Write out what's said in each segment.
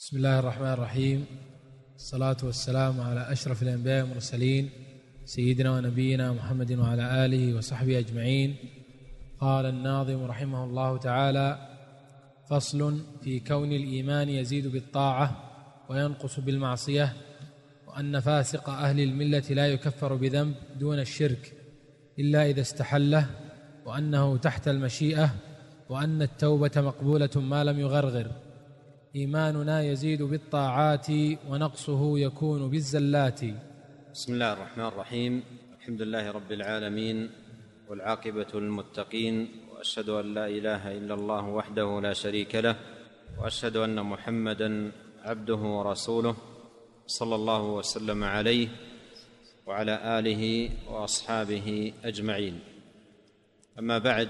بسم الله الرحمن الرحيم. الصلاة والسلام على أشرف الأنبياء والمرسلين سيدنا ونبينا محمد وعلى آله وصحبه أجمعين. قال الناظم رحمه الله تعالى: فصل في كون الإيمان يزيد بالطاعة وينقص بالمعصية، وأن فاسق أهل الملة لا يكفر بذنب دون الشرك إلا إذا استحله، وأنه تحت المشيئة، وأن التوبة مقبولة ما لم يغرغر. إيماننا يزيد بالطاعات ونقصه يكون بالزلات. بسم الله الرحمن الرحيم. الحمد لله رب العالمين، والعاقبة للمتقين، وأشهد أن لا إله إلا الله وحده لا شريك له، وأشهد أن محمدًا عبده ورسوله، صلى الله وسلم عليه وعلى آله وأصحابه أجمعين. أما بعد،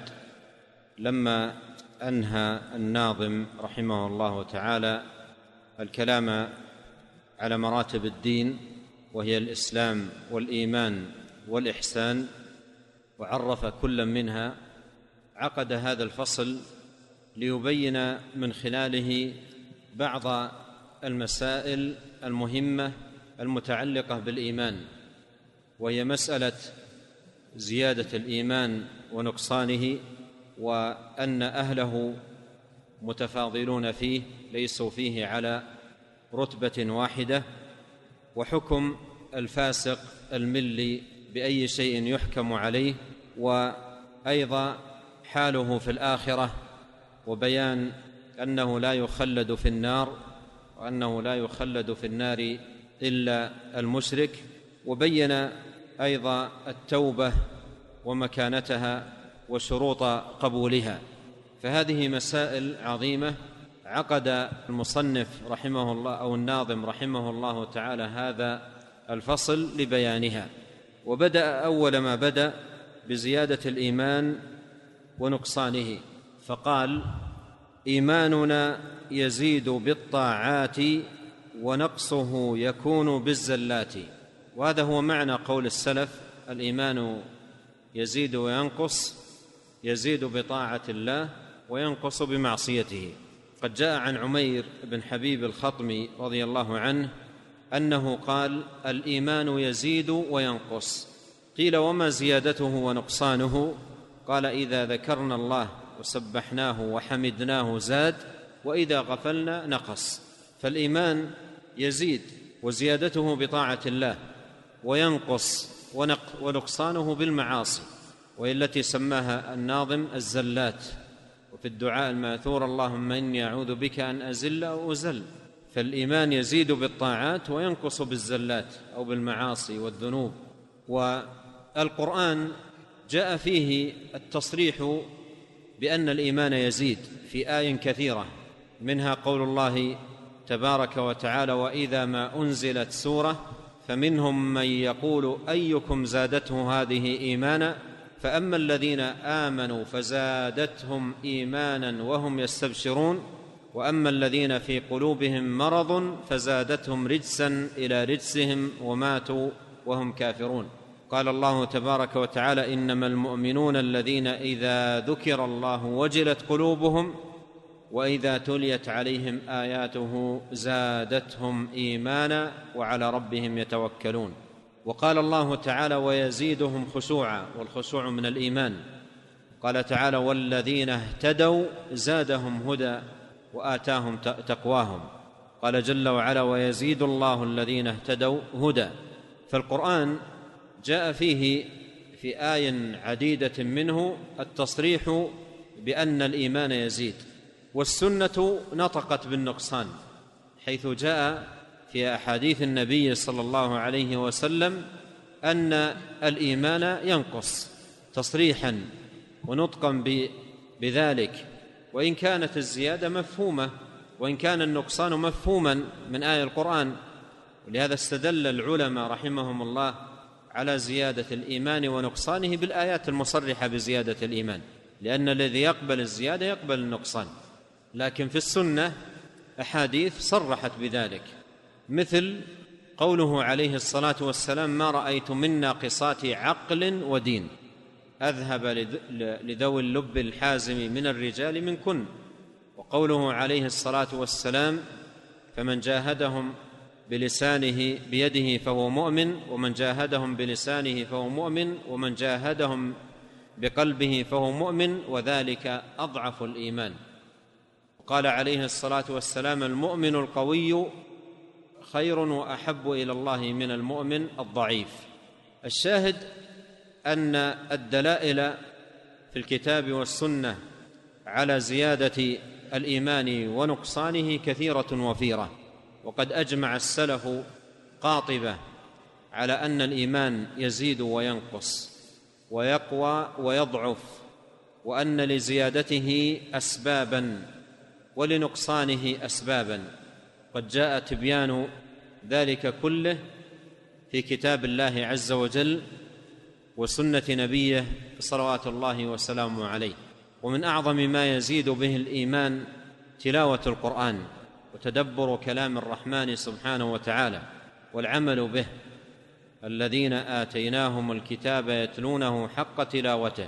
لما أنهى الناظم رحمه الله تعالى الكلام على مراتب الدين، وهي الإسلام والإيمان والإحسان، وعرف كل منها، عقد هذا الفصل ليبين من خلاله بعض المسائل المهمة المتعلقة بالإيمان، وهي مسألة زيادة الإيمان ونقصانه، وأن أهله متفاضلون فيه، ليسوا فيه على رتبة واحدة، وحكم الفاسق الملي بأي شيء يحكم عليه، وأيضا حاله في الآخرة، وبيان أنه لا يخلد في النار، وأنه لا يخلد في النار إلا المشرك، وبين أيضا التوبة ومكانتها وشروط قبولها. فهذه مسائل عظيمة عقد المصنف رحمه الله أو الناظم رحمه الله تعالى هذا الفصل لبيانها. وبدأ أول ما بدأ بزيادة الإيمان ونقصانه، فقال: إيماننا يزيد بالطاعات ونقصه يكون بالزلات. وهذا هو معنى قول السلف: الإيمان يزيد وينقص، يزيد بطاعة الله وينقص بمعصيته. قد جاء عن عمير بن حبيب الخطمي رضي الله عنه أنه قال: الإيمان يزيد وينقص. قيل: وما زيادته ونقصانه؟ قال: إذا ذكرنا الله وسبحناه وحمدناه زاد، وإذا غفلنا نقص. فالإيمان يزيد وزيادته بطاعة الله، وينقص ونقصانه بالمعاصي، وهي التي سماها الناظم الزلات. وفي الدعاء الماثور: اللهم إني أعوذ بك أن أزل أو أزل. فالإيمان يزيد بالطاعات وينقص بالزلات أو بالمعاصي والذنوب. والقرآن جاء فيه التصريح بأن الإيمان يزيد في آي كثيرة، منها قول الله تبارك وتعالى: وإذا ما أنزلت سورة فمنهم من يقول أيكم زادته هذه إيمانا، فأما الذين آمنوا فزادتهم إيمانا وهم يستبشرون، وأما الذين في قلوبهم مرض فزادتهم رجسا إلى رجسهم وماتوا وهم كافرون. قال الله تبارك وتعالى: إنما المؤمنون الذين إذا ذكر الله وجلت قلوبهم وإذا تليت عليهم آياته زادتهم إيمانا وعلى ربهم يتوكلون. وقال الله تعالى: ويزيدهم خشوعا، والخشوع من الإيمان. قال تعالى: والذين اهتدوا زادهم هدى وآتاهم تقواهم. قال جل وعلا: ويزيد الله الذين اهتدوا هدى. فالقرآن جاء فيه في آي عديدة منه التصريح بأن الإيمان يزيد، والسنة نطقت بالنقصان، حيث جاء في أحاديث النبي صلى الله عليه وسلم أن الإيمان ينقص تصريحا ونطقا بذلك، وإن كانت الزيادة مفهومة، وإن كان النقصان مفهوما من آية القرآن. ولهذا استدل العلماء رحمهم الله على زيادة الإيمان ونقصانه بالآيات المصرحة بزيادة الإيمان، لأن الذي يقبل الزيادة يقبل النقصان. لكن في السنة أحاديث صرحت بذلك، مثل قوله عليه الصلاة والسلام: ما رأيت من ناقصات عقل ودين أذهب لذوي اللب الحازم من الرجال منكن. وقوله عليه الصلاة والسلام: فمن جاهدهم بلسانه بيده فهو مؤمن، ومن جاهدهم بلسانه فهو مؤمن، ومن جاهدهم بقلبه فهو مؤمن، وذلك أضعف الإيمان. قال عليه الصلاة والسلام: المؤمن القوي خير وأحب إلى الله من المؤمن الضعيف. الشاهد أن الدلائل في الكتاب والسنة على زيادة الإيمان ونقصانه كثيرة وفيرة، وقد أجمع السلف قاطبة على أن الإيمان يزيد وينقص ويقوى ويضعف، وأن لزيادته أسبابا ولنقصانه أسبابا. قد جاء تبيان ذلك كله في كتاب الله عز وجل وسنة نبيه صلوات الله وسلامه عليه. ومن أعظم ما يزيد به الإيمان تلاوة القرآن وتدبر كلام الرحمن سبحانه وتعالى والعمل به. الذين آتيناهم الكتاب يتلونه حق تلاوته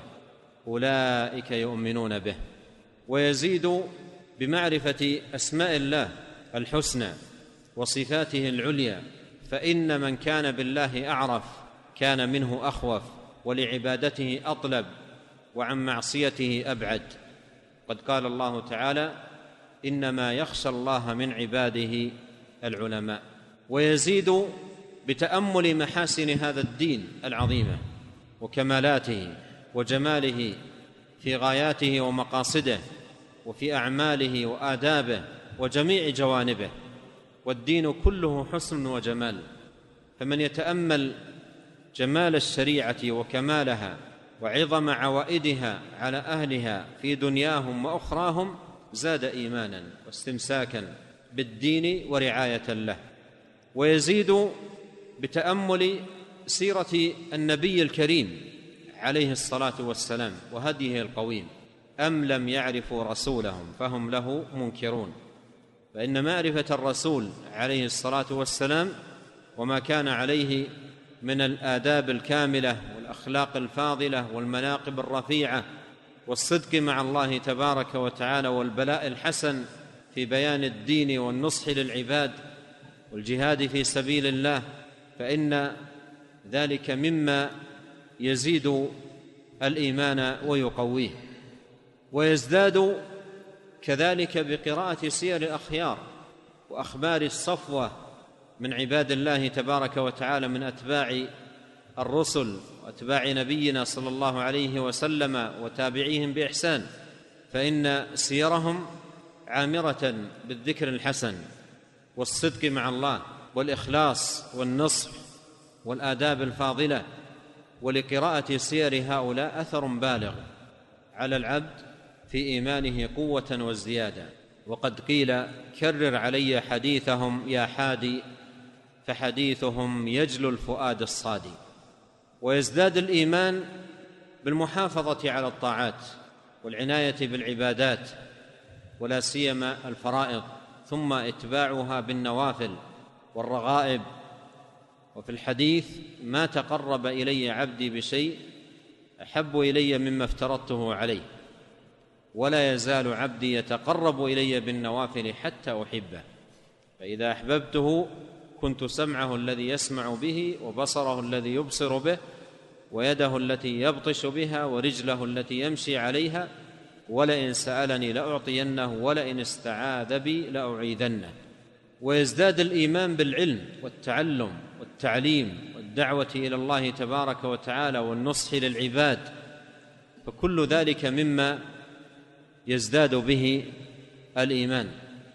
أولئك يؤمنون به. ويزيد بمعرفة أسماء الله الحسنى وصفاته العليا، فإن من كان بالله أعرف كان منه أخوف، ولعبادته أطلب، وعن معصيته أبعد. قد قال الله تعالى: إنما يخشى الله من عباده العلماء. ويزيد بتأمل محاسن هذا الدين العظيمة وكمالاته وجماله في غاياته ومقاصده وفي أعماله وآدابه وجميع جوانبه، والدين كله حسن وجمال. فمن يتأمل جمال الشريعة وكمالها وعظم عوائدها على أهلها في دنياهم وأخراهم زاد إيمانا واستمساكا بالدين ورعاية له. ويزيد بتأمل سيرة النبي الكريم عليه الصلاة والسلام وهديه القويم: أم لم يعرفوا رسولهم فهم له منكرون. فإن معرفة الرسول عليه الصلاة والسلام وما كان عليه من الآداب الكاملة والأخلاق الفاضلة والمناقب الرفيعة والصدق مع الله تبارك وتعالى والبلاء الحسن في بيان الدين والنصح للعباد والجهاد في سبيل الله، فإن ذلك مما يزيد الإيمان ويقويه. ويزداد كذلك بقراءة سير الأخيار وأخبار الصفوة من عباد الله تبارك وتعالى من أتباع الرسل وأتباع نبينا صلى الله عليه وسلم وتابعيهم بإحسان، فإن سيرهم عامرة بالذكر الحسن والصدق مع الله والإخلاص والنصح والآداب الفاضلة. ولقراءة سير هؤلاء أثر بالغ على العبد في إيمانه قوة وازديادا. وقد قيل: كرر علي حديثهم يا حادي، فحديثهم يجلو الفؤاد الصادي. ويزداد الإيمان بالمحافظة على الطاعات والعناية بالعبادات ولا سيما الفرائض، ثم إتباعها بالنوافل والرغائب. وفي الحديث: ما تقرب إلي عبدي بشيء أحب إلي مما افترضته عليه، ولا يزال عبدي يتقرب إلي بالنوافل حتى أحبه، فإذا أحببته كنت سمعه الذي يسمع به، وبصره الذي يبصر به، ويده التي يبطش بها، ورجله التي يمشي عليها، ولئن سألني لأعطينه، ولئن استعاذ بي لأعيذنه. ويزداد الإيمان بالعلم والتعلم والتعليم والدعوة إلى الله تبارك وتعالى والنصح للعباد، فكل ذلك مما يزداد به الإيمان.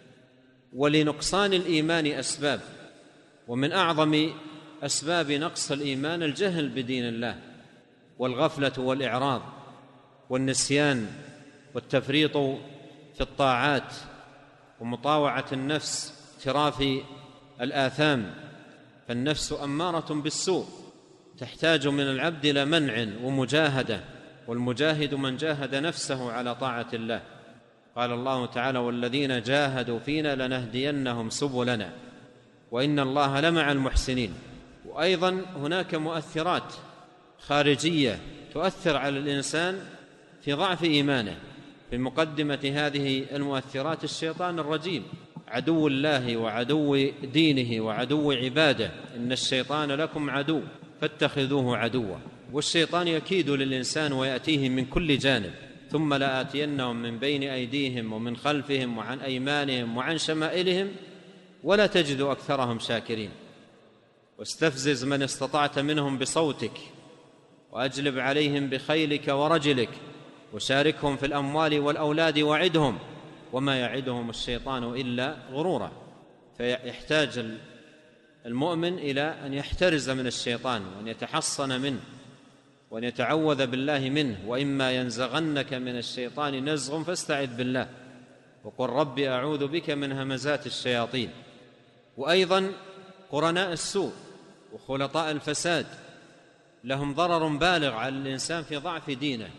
ولنقصان الإيمان أسباب، ومن أعظم أسباب نقص الإيمان الجهل بدين الله والغفلة والإعراض والنسيان والتفريط في الطاعات ومطاوعة النفس، اقتراف الآثام. فالنفس أمارة بالسوء، تحتاج من العبد إلى منع ومجاهدة، والمجاهد من جاهد نفسه على طاعة الله. قال الله تعالى: والذين جاهدوا فينا لنهدينهم سبلنا وإن الله لمع المحسنين. وأيضا هناك مؤثرات خارجية تؤثر على الإنسان في ضعف إيمانه. في مقدمة هذه المؤثرات الشيطان الرجيم عدو الله وعدو دينه وعدو عباده: إن الشيطان لكم عدو فاتخذوه عدوا. والشيطان يكيد للإنسان ويأتيه من كل جانب: ثم لآتينهم من بين أيديهم ومن خلفهم وعن أيمانهم وعن شمائلهم ولا تجد أكثرهم شاكرين. واستفزز من استطعت منهم بصوتك وأجلب عليهم بخيلك ورجلك وشاركهم في الأموال والأولاد وعدهم وما يعدهم الشيطان إلا غرورا. فيحتاج المؤمن إلى أن يحترز من الشيطان وأن يتحصن منه وأن يتعوذ بالله منه: وإما ينزغنك من الشيطان نزغ فاستعذ بالله وقل رب أعوذ بك من همزات الشياطين. وأيضا قرناء السوء وخلطاء الفساد لهم ضرر بالغ على الإنسان في ضعف دينه،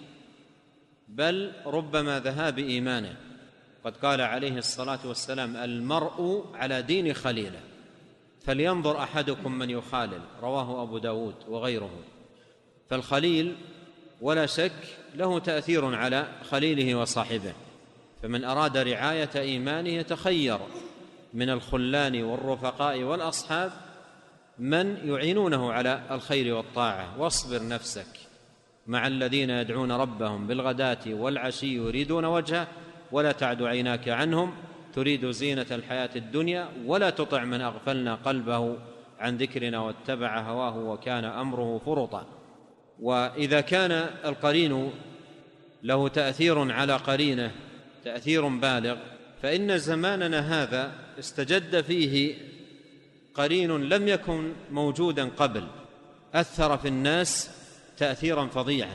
بل ربما ذهاب إيمانه. قد قال عليه الصلاة والسلام: المرء على دين خليله فلينظر أحدكم من يخالل، رواه أبو داود وغيره. فالخليل ولا شك له تأثير على خليله وصاحبه، فمن أراد رعاية إيمانه يتخير من الخلان والرفقاء والأصحاب من يعينونه على الخير والطاعة. واصبر نفسك مع الذين يدعون ربهم بالغداة والعشي يريدون وجهه ولا تعد عيناك عنهم تريد زينة الحياة الدنيا ولا تطع من أغفلنا قلبه عن ذكرنا واتبع هواه وكان أمره فرطا. وإذا كان القرين له تأثير على قرينه تأثير بالغ، فإن زماننا هذا استجد فيه قرين لم يكن موجودا قبل، أثر في الناس تأثيرا فظيعا،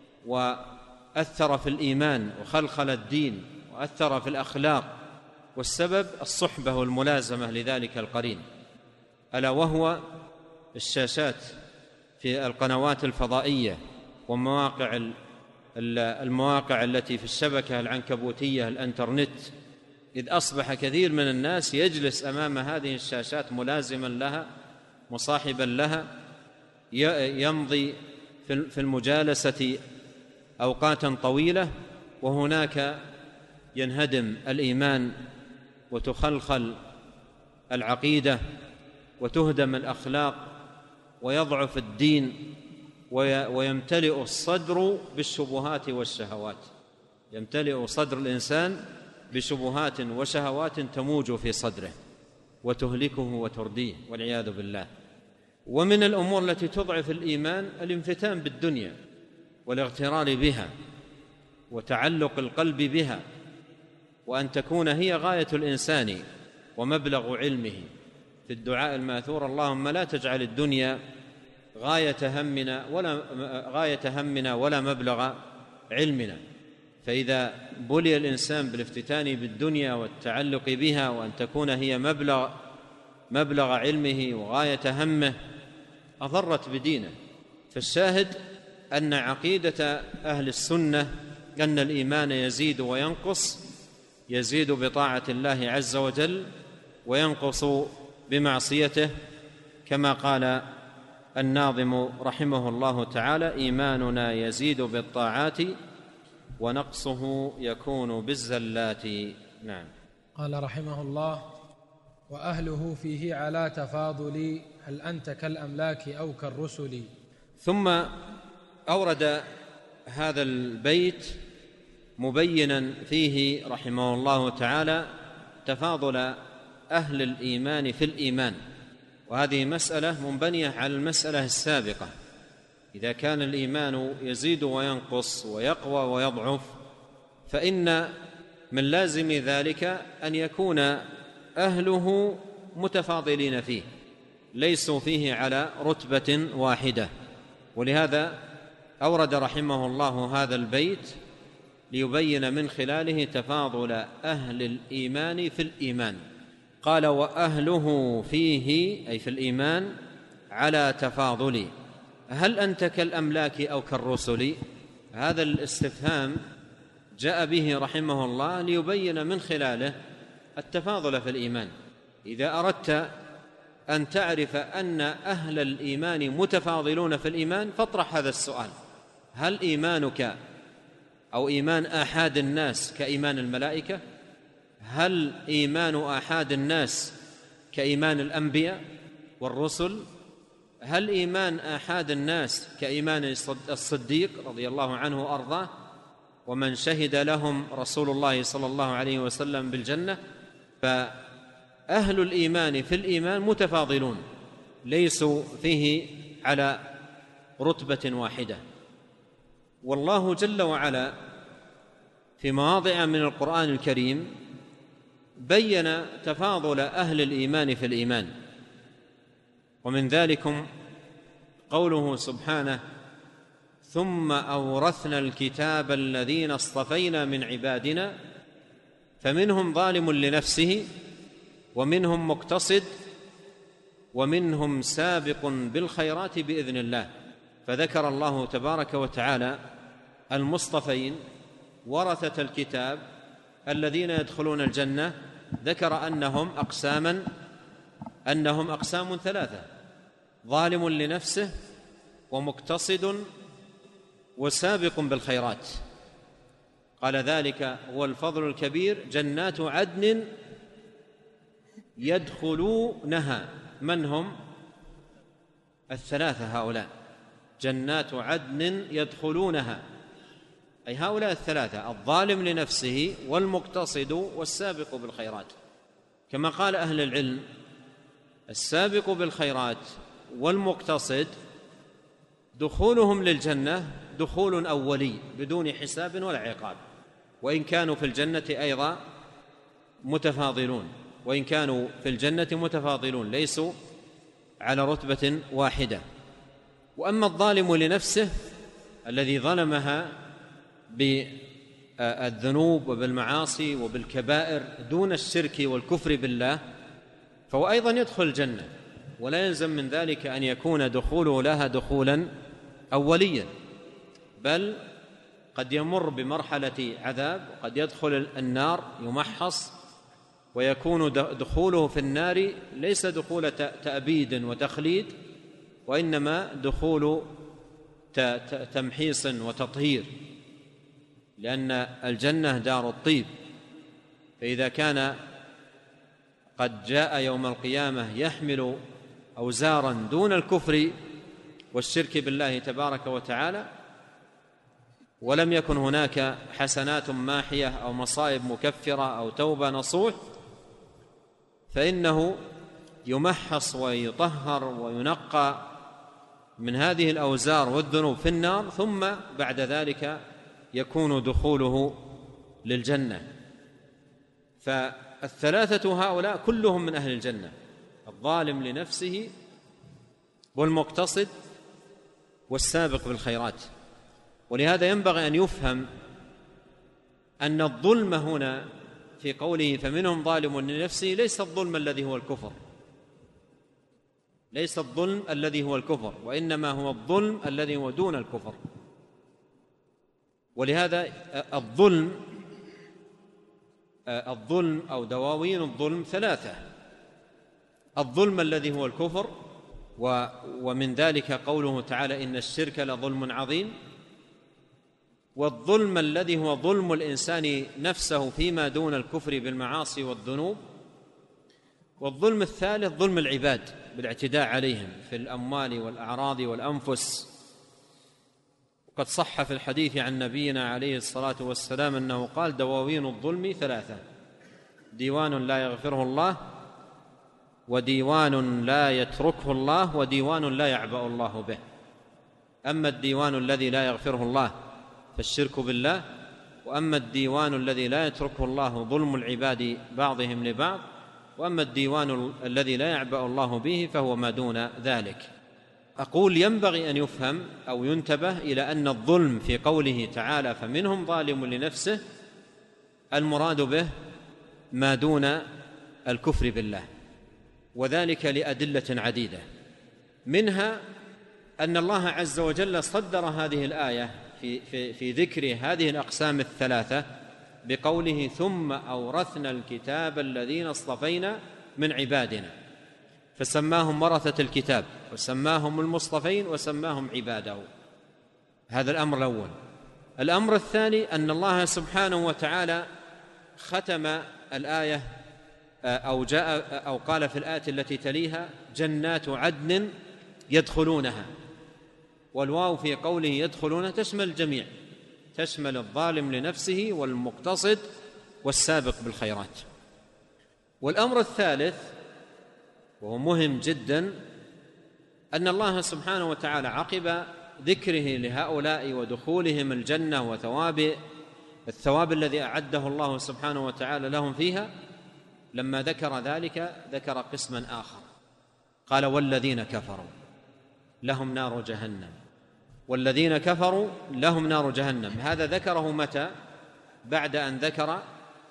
وأثر في الإيمان وخلخل الدين وأثر في الأخلاق، والسبب الصحبة والملازمة لذلك القرين، ألا وهو الشاشات في القنوات الفضائية والمواقع التي في الشبكة العنكبوتية الانترنت. إذ أصبح كثير من الناس يجلس أمام هذه الشاشات ملازما لها مصاحبا لها، يمضي في المجالسة أوقاتا طويلة، وهناك ينهدم الإيمان وتخلخل العقيدة وتهدم الأخلاق ويضعف الدين ويمتلئ الصدر بالشبهات والشهوات. يمتلئ صدر الإنسان بشبهات وشهوات تموج في صدره وتهلكه وترديه والعياذ بالله. ومن الأمور التي تضعف الإيمان الانفتان بالدنيا والاغترار بها وتعلق القلب بها، وأن تكون هي غاية الإنسان ومبلغ علمه. في الدعاء الماثور: اللهم لا تجعل الدنيا غاية همنا ولا مبلغ علمنا. فإذا بلي الإنسان بالافتتان بالدنيا والتعلق بها وأن تكون هي مبلغ علمه وغاية همه أضرت بدينه. فالشاهد أن عقيدة أهل السنة أن الإيمان يزيد وينقص، يزيد بطاعة الله عز وجل وينقص بمعصيته، كما قال الناظم رحمه الله تعالى: إيماننا يزيد بالطاعات ونقصه يكون بالزلات. نعم. قال رحمه الله: وأهله فيه على تفاضل، هل أنت كالأملاك أو كالرسل. ثم أورد هذا البيت مبينا فيه رحمه الله تعالى تفاضل أهل الإيمان في الإيمان، وهذه مسألة منبنية على المسألة السابقة. إذا كان الإيمان يزيد وينقص ويقوى ويضعف، فإن من لازم ذلك أن يكون أهله متفاضلين فيه، ليسوا فيه على رتبة واحدة. ولهذا أورد رحمه الله هذا البيت ليبين من خلاله تفاضل أهل الإيمان في الإيمان. قال: وأهله فيه أي في الإيمان على تفاضل، هل أنت كالأملاك أو كالرسل؟ هذا الاستفهام جاء به رحمه الله ليبين من خلاله التفاضل في الإيمان. إذا أردت أن تعرف أن أهل الإيمان متفاضلون في الإيمان فاطرح هذا السؤال: هل إيمانك أو إيمان آحاد الناس كإيمان الملائكة؟ هل إيمان آحاد الناس كإيمان الأنبياء والرسل؟ هل إيمان آحاد الناس كإيمان الصديق رضي الله عنه وأرضاه ومن شهد لهم رسول الله صلى الله عليه وسلم بالجنة؟ فأهل الإيمان في الإيمان متفاضلون، ليسوا فيه على رتبة واحدة. والله جل وعلا في مواضع من القرآن الكريم بين تفاضل أهل الإيمان في الإيمان، ومن ذلكم قوله سبحانه: ثم أورثنا الكتاب الذين اصطفينا من عبادنا فمنهم ظالم لنفسه ومنهم مقتصد ومنهم سابق بالخيرات بإذن الله. فذكر الله تبارك وتعالى المصطفين ورثة الكتاب الذين يدخلون الجنة، ذكر أنهم أقسام ثلاثة: ظالم لنفسه ومقتصد وسابق بالخيرات. قال: ذلك هو الفضل الكبير، جنات عدن يدخلونها. من هم الثلاثة هؤلاء؟ جنات عدن يدخلونها، أي هؤلاء الثلاثة: الظالم لنفسه والمقتصد والسابق بالخيرات. كما قال أهل العلم: السابق بالخيرات والمقتصد دخولهم للجنة دخول أولي بدون حساب ولا عقاب، وإن كانوا في الجنة أيضا متفاضلون، ليسوا على رتبة واحدة. وأما الظالم لنفسه الذي ظلمها بالذنوب وبالمعاصي وبالكبائر دون الشرك والكفر بالله، فهو أيضا يدخل الجنة، ولا يلزم من ذلك أن يكون دخوله لها دخولا أوليا، بل قد يمر بمرحلة عذاب، وقد يدخل النار يمحص، ويكون دخوله في النار ليس دخول تأبيد وتخليد، وإنما دخول تمحيص وتطهير، لأن الجنة دار الطيب. فإذا كان قد جاء يوم القيامة يحمل أوزارا دون الكفر والشرك بالله تبارك وتعالى، ولم يكن هناك حسنات ماحية أو مصائب مكفرة أو توبة نصوح، فإنه يمحص ويطهر وينقى من هذه الأوزار والذنوب في النار، ثم بعد ذلك يكون دخوله للجنة. فالثلاثة هؤلاء كلهم من أهل الجنة: الظالم لنفسه والمقتصد والسابق بالخيرات. ولهذا ينبغي أن يفهم أن الظلم هنا في قوله فمنهم ظالم لنفسه ليس الظلم الذي هو الكفر، وإنما هو الظلم الذي هو دون الكفر. ولهذا الظلم أو دواوين الظلم ثلاثة: الظلم الذي هو الكفر، ومن ذلك قوله تعالى إن الشرك لظلم عظيم، والظلم الذي هو ظلم الإنسان نفسه فيما دون الكفر بالمعاصي والذنوب، والظلم الثالث ظلم العباد بالاعتداء عليهم في الأموال والأعراض والأنفس. وقد صح في الحديث عن نبينا عليه الصلاة والسلام أنه قال دواوين الظلم ثلاثة: ديوان لا يغفره الله، وديوان لا يتركه الله، وديوان لا يعبأ الله به. أما الديوان الذي لا يغفره الله فالشرك بالله، وأما الديوان الذي لا يتركه الله ظلم العباد بعضهم لبعض، وأما الديوان الذي لا يعبأ الله به فهو ما دون ذلك. أقول ينبغي أن يفهم أو ينتبه إلى أن الظلم في قوله تعالى فمنهم ظالم لنفسه المراد به ما دون الكفر بالله، وذلك لأدلة عديدة، منها أن الله عز وجل صدر هذه الآية في ذكر هذه الأقسام الثلاثة بقوله ثم أورثنا الكتاب الذين اصطفينا من عبادنا، فسماهم ورثة الكتاب وسماهم المصطفين وسماهم عباده. هذا الأمر الأول. الأمر الثاني أن الله سبحانه وتعالى ختم الآية أو قال في الآية التي تليها جنات عدن يدخلونها، والواو في قوله يدخلونها تشمل الجميع، تشمل الظالم لنفسه والمقتصد والسابق بالخيرات. والأمر الثالث وهو مهم جدا أن الله سبحانه وتعالى عقب ذكره لهؤلاء ودخولهم الجنة الثواب الذي أعده الله سبحانه وتعالى لهم فيها، لما ذكر ذلك ذكر قسما آخر، قال والذين كفروا لهم نار جهنم، والذين كفروا لهم نار جهنم. هذا ذكره متى؟ بعد أن ذكر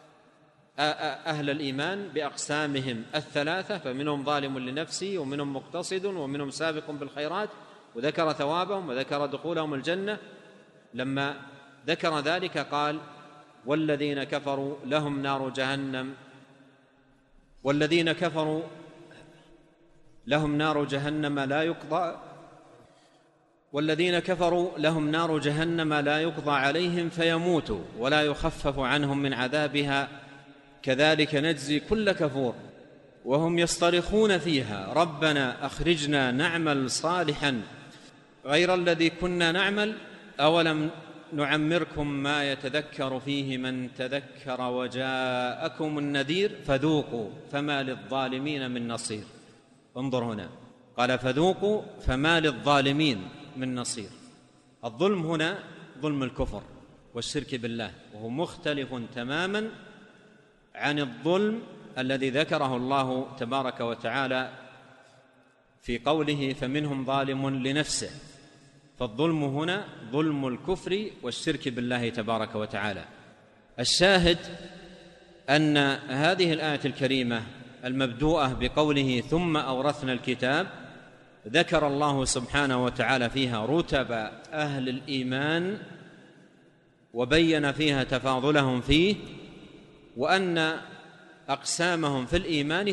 أهل الإيمان بأقسامهم الثلاثة، فمنهم ظالم لنفسه ومنهم مقتصد ومنهم سابق بالخيرات، وذكر ثوابهم وذكر دخولهم الجنة. لما ذكر ذلك قال والذين كفروا لهم نار جهنم، والذين كفروا لهم نار جهنم لا يقضى، والذين كفروا لهم نار جهنم لا يقضى عليهم فيموتوا ولا يخفف عنهم من عذابها كذلك نجزي كل كفور وهم يصطرخون فيها ربنا أخرجنا نعمل صالحا غير الذي كنا نعمل أولم نعمركم ما يتذكر فيه من تذكر وجاءكم النذير فذوقوا فما للظالمين من نصير. انظر هنا قال فذوقوا فما للظالمين من نصير. الظلم هنا ظلم الكفر والشرك بالله، وهو مختلف تماما عن الظلم الذي ذكره الله تبارك وتعالى في قوله فمنهم ظالم لنفسه. فالظلم هنا ظلم الكفر والشرك بالله تبارك وتعالى. الشاهد أن هذه الآية الكريمة المبدوءة بقوله ثم أورثنا الكتاب ذكر الله سبحانه وتعالى فيها رتب أهل الإيمان وبين فيها تفاضلهم فيه، وأن أقسامهم في الإيمان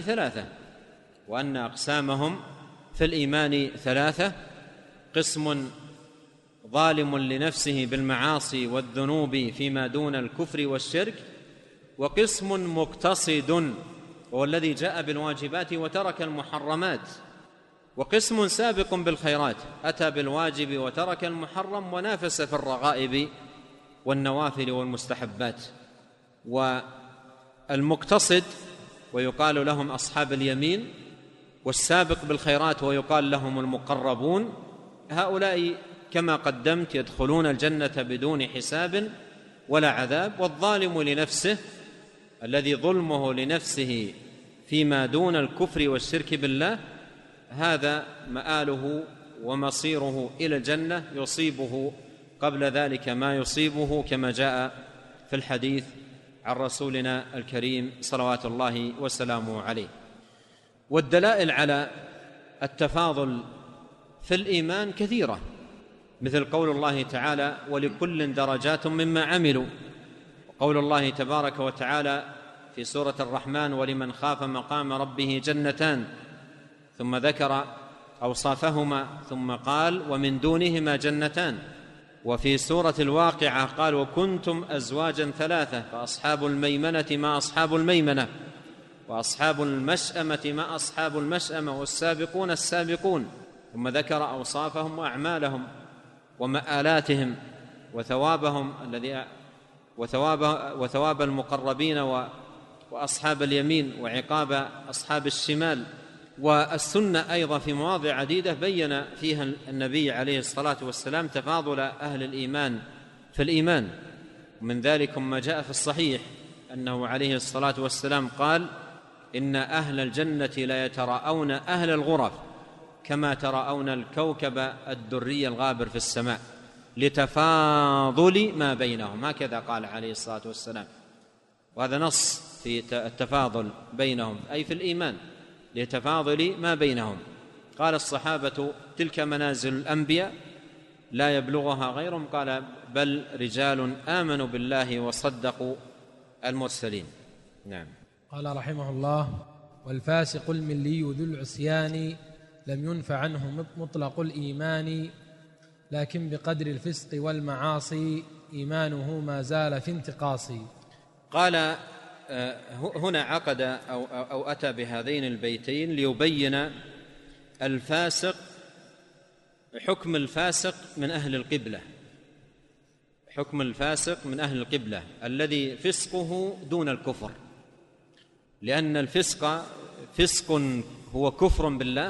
ثلاثة، قسم ظالم لنفسه بالمعاصي والذنوب فيما دون الكفر والشرك، وقسم مقتصد وهو الذي جاء بالواجبات وترك المحرمات، وقسم سابق بالخيرات أتى بالواجب وترك المحرم ونافس في الرغائب والنوافل والمستحبات. والمقتصد ويقال لهم أصحاب اليمين، والسابق بالخيرات ويقال لهم المقربون، هؤلاء كما قدمت يدخلون الجنة بدون حساب ولا عذاب. والظالم لنفسه الذي ظلمه لنفسه فيما دون الكفر والشرك بالله هذا مآله ومصيره إلى الجنة، يصيبه قبل ذلك ما يصيبه كما جاء في الحديث عن رسولنا الكريم صلوات الله وسلامه عليه. والدلائل على التفاضل في الإيمان كثيرة، مثل قول الله تعالى ولكل درجات مما عملوا، وقول الله تبارك وتعالى في سورة الرحمن ولمن خاف مقام ربه جنتان، ثم ذكر أوصافهما ثم قال ومن دونهما جنتان. وفي سورة الواقعة قال وكنتم أزواجا ثلاثة فأصحاب الميمنة ما أصحاب الميمنة وأصحاب المشأمة ما أصحاب المشأمة والسابقون السابقون، ثم ذكر أوصافهم وأعمالهم ومآلاتهم وثوابهم وثواب المقربين وأصحاب اليمين وعقاب أصحاب الشمال. والسنة أيضا في مواضع عديدة بين فيها النبي عليه الصلاة والسلام تفاضل أهل الإيمان في الإيمان، ومن ذلك ما جاء في الصحيح أنه عليه الصلاة والسلام قال إن أهل الجنة لا يتراءون أهل الغرف كما تراءون الكوكب الدري الغابر في السماء لتفاضل ما بينهم، هكذا قال عليه الصلاة والسلام. وهذا نص في التفاضل بينهم أي في الإيمان لتفاضل ما بينهم. قال الصحابة تلك منازل الأنبياء لا يبلغها غيرهم، قال بل رجال آمنوا بالله وصدقوا المرسلين. نعم. قال رحمه الله والفاسق الملي ذو العصيان لم ينفع عنه مطلق الإيمان لكن بقدر الفسق والمعاصي إيمانه ما زال في انتقاص. قال هنا عقد أو أتى بهذين البيتين ليبين الفاسق، حكم الفاسق من أهل القبلة، حكم الفاسق من أهل القبلة الذي فسقه دون الكفر، لأن الفسق فسق هو كفر بالله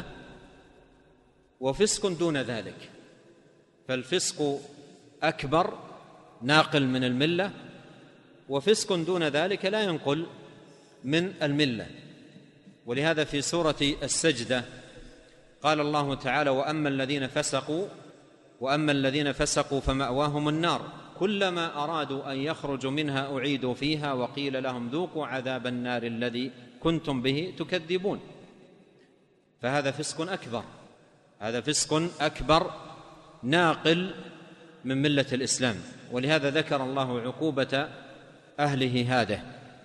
وفسق دون ذلك، فالفسق أكبر ناقل من الملة، وفسق دون ذلك لا ينقل من الملة. ولهذا في سورة السجدة قال الله تعالى: وأما الذين فسقوا فمأواهم النار كلما أرادوا أن يخرجوا منها أعيدوا فيها وقيل لهم ذوقوا عذاب النار الذي كنتم به تكذبون. فهذا فسق أكبر، هذا فسق أكبر ناقل من ملة الإسلام، ولهذا ذكر الله عقوبة أهله هذا.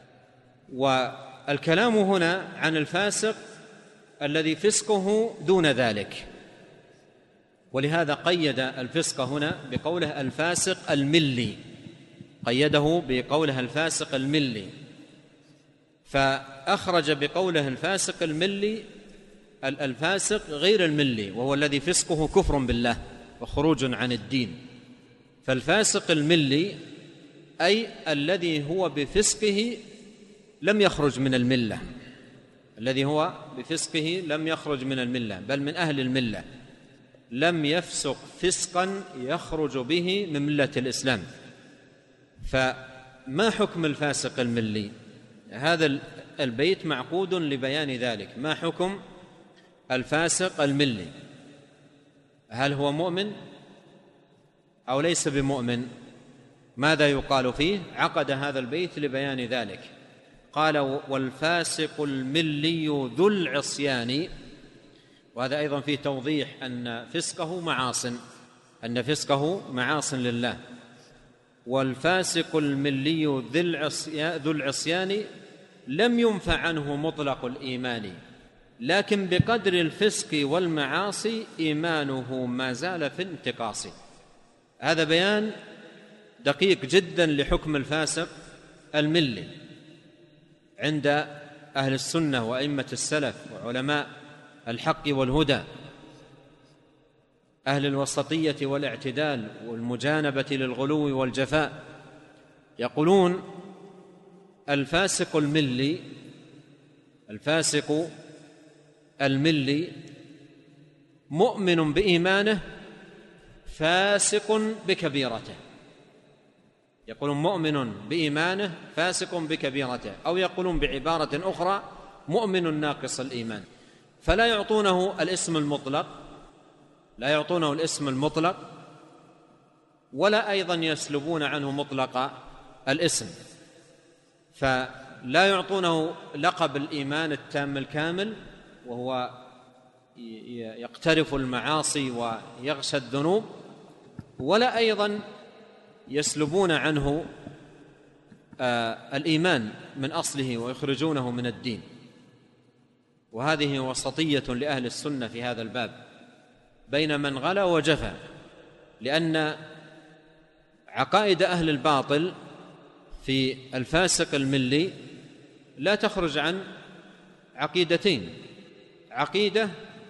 والكلام هنا عن الفاسق الذي فسقه دون ذلك، ولهذا قيد الفسق هنا بقوله الفاسق الملي، قيده بقوله الفاسق الملي، فأخرج بقوله الفاسق الملي الفاسق غير الملي، وهو الذي فسقه كفر بالله وخروج عن الدين. فالفاسق الملي أي الذي هو بفسقه لم يخرج من الملة، الذي هو بفسقه لم يخرج من الملة بل من أهل الملة، لم يفسق فسقا يخرج به من ملة الإسلام. فما حكم الفاسق الملي؟ هذا البيت معقود لبيان ذلك. ما حكم الفاسق الملي؟ هل هو مؤمن أو ليس بمؤمن؟ ماذا يقال فيه؟ عقد هذا البيت لبيان ذلك. قال: والفاسق الملي ذو العصيان. وهذا أيضا فيه توضيح أن فسقه معاص لله. والفاسق الملي ذو العصيان لم ينفع عنه مطلق الإيمان، لكن بقدر الفسق والمعاصي إيمانه ما زال في انتقاص. هذا بيان دقيق جدا لحكم الفاسق الملي عند أهل السنة وأئمة السلف وعلماء الحق والهدى، أهل الوسطية والاعتدال والمجانبة للغلو والجفاء. يقولون الفاسق الملي مؤمن بإيمانه فاسق بكبيرته. يقولون مؤمن بإيمانه فاسق بكبيرته، أو يقولون بعبارة أخرى مؤمن ناقص الإيمان. فلا يعطونه الاسم المطلق، ولا أيضا يسلبون عنه مطلق الاسم، فلا يعطونه لقب الإيمان التام الكامل وهو يقترف المعاصي ويغشى الذنوب، ولا أيضا يسلبون عنه الإيمان من أصله ويخرجونه من الدين. وهذه وسطية لأهل السنة في هذا الباب بين من غلا وجفا، لأن عقائد أهل الباطل في الفاسق الملي لا تخرج عن عقيدتين: عقيدة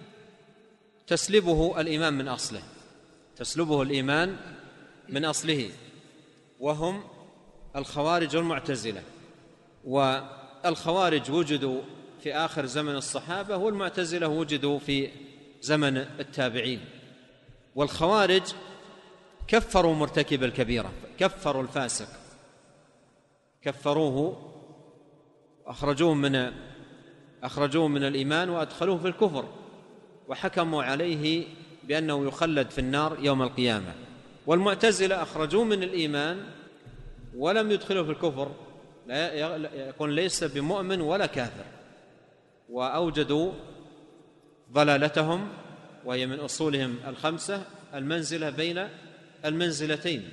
تسلبه الإيمان من أصله، وهم الخوارج والمعتزلة. والخوارج وجدوا في آخر زمن الصحابة، والمعتزلة وجدوا في زمن التابعين. والخوارج كفروا مرتكب الكبيرة، كفروا الفاسق، كفروه، أخرجوه من الإيمان وأدخلوه في الكفر، وحكموا عليه بأنه يخلد في النار يوم القيامة. والمعتزلة أخرجوه من الإيمان ولم يدخلوه في الكفر، يكون ليس بمؤمن ولا كافر، وأوجدوا ضلالتهم، وهي من أصولهم الخمسة المنزلة بين المنزلتين.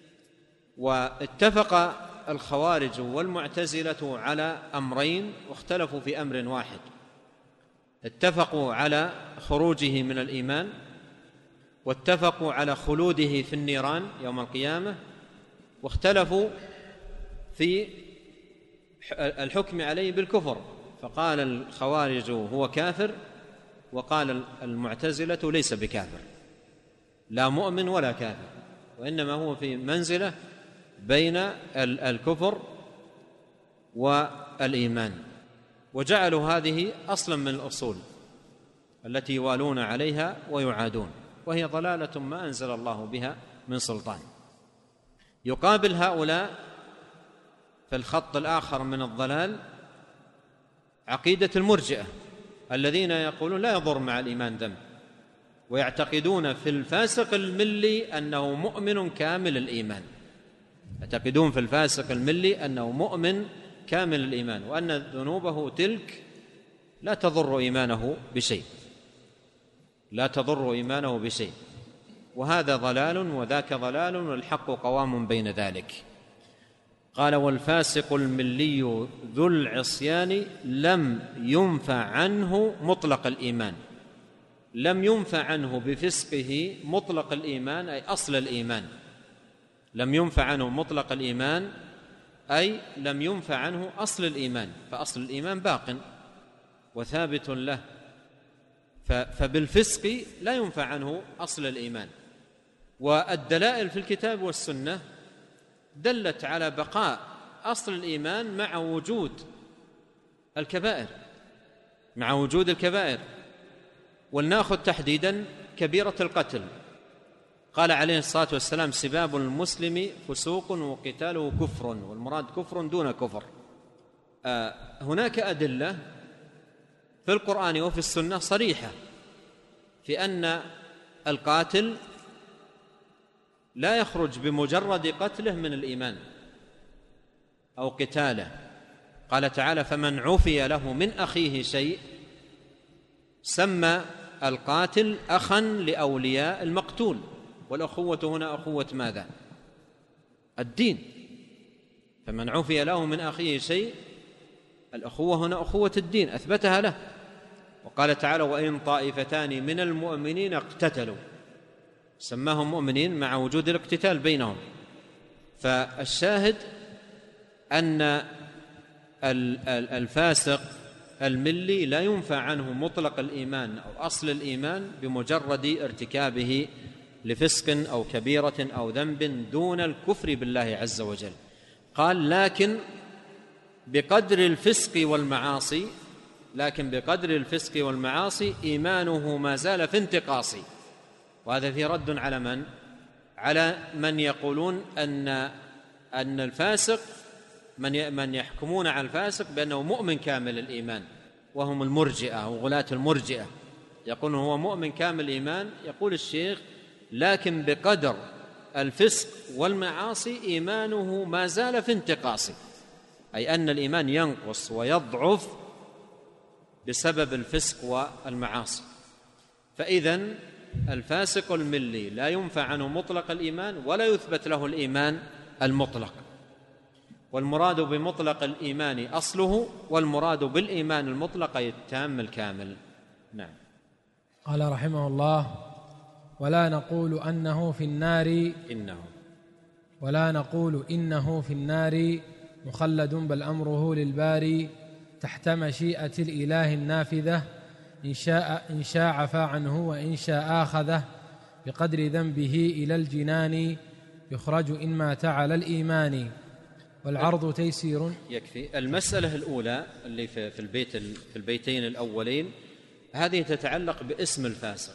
واتفق الخوارج والمعتزلة على أمرين واختلفوا في أمر واحد: اتفقوا على خروجه من الإيمان، واتفقوا على خلوده في النيران يوم القيامة، واختلفوا في الحكم عليه بالكفر، فقال الخوارج هو كافر، وقال المعتزلة ليس بكافر، لا مؤمن ولا كافر، وإنما هو في منزلة بين الكفر والإيمان، وجعلوا هذه أصلا من الأصول التي يوالون عليها ويعادون، وهي ضلالة ما أنزل الله بها من سلطان. يقابل هؤلاء في الخط الآخر من الضلال عقيدة المرجئة الذين يقولون لا يضر مع الإيمان ذنب، ويعتقدون في الفاسق الملي أنه مؤمن كامل الإيمان، يعتقدون في الفاسق الملي أنه مؤمن كامل الإيمان، وأن ذنوبه تلك لا تضر إيمانه بشيء، لا تضر إيمانه بشيء، وهذا ضلال وذاك ضلال، والحق قوام بين ذلك. قال: والفاسق الملي ذو العصيان لم ينفع عنه مطلق الإيمان. لم ينفع عنه بفسقه مطلق الإيمان أي أصل الإيمان، لم ينفع عنه مطلق الإيمان أي لم ينفع عنه أصل الإيمان، فأصل الإيمان باق وثابت له، فبالفسق لا ينفع عنه أصل الإيمان. والدلائل في الكتاب والسنة دلت على بقاء أصل الإيمان مع وجود الكبائر، مع وجود الكبائر. ولنأخذ تحديدا كبيرة القتل. قال عليه الصلاة والسلام: سباب المسلم فسوق وقتاله كفر، والمراد كفر دون كفر. هناك أدلة في القرآن وفي السنة صريحة في أن القاتل لا يخرج بمجرد قتله من الإيمان أو قتاله. قال تعالى: فمن عفي له من أخيه شيء، سمى القاتل أخا لأولياء المقتول، والأخوة هنا أخوة ماذا؟ الدين. فمن عفي له من أخيه شيء، الأخوة هنا أخوة الدين أثبتها له. وقال تعالى: وإن طائفتان من المؤمنين اقتتلوا، سماهم مؤمنين مع وجود الاقتتال بينهم. فالشاهد أن الفاسق الملي لا ينفع عنه مطلق الإيمان أو أصل الإيمان بمجرد ارتكابه لفسق أو كبيرة أو ذنب دون الكفر بالله عز وجل. قال: لكن بقدر الفسق والمعاصي، لكن بقدر الفسق والمعاصي إيمانه ما زال في انتقاص. وهذا في رد على من؟ على من يقولون أن الفاسق، من يحكمون على الفاسق بأنه مؤمن كامل الإيمان، وهم المرجئة أو غلاة المرجئة، يقولون هو مؤمن كامل الإيمان. يقول الشيخ: لكن بقدر الفسق والمعاصي إيمانه ما زال في انتقاص، أي أن الإيمان ينقص ويضعف بسبب الفسق والمعاصي. فإذن الفاسق الملي لا ينفع عنه مطلق الإيمان ولا يثبت له الإيمان المطلق، والمراد بمطلق الإيمان أصله، والمراد بالإيمان المطلق التام الكامل. نعم. قال رحمه الله: ولا نقول أنه في النار، ولا نقول إنه في النار مخلد، بل أمره للباري تحت مشيئة الإله النافذة، إن شاء عفا عنه وإن شاء آخذه، بقدر ذنبه إلى الجنان يخرج إن مات على الإيمان، والعرض تيسير. يكفي. المسألة الأولى اللي في البيتين الأولين هذه تتعلق باسم الفاسق،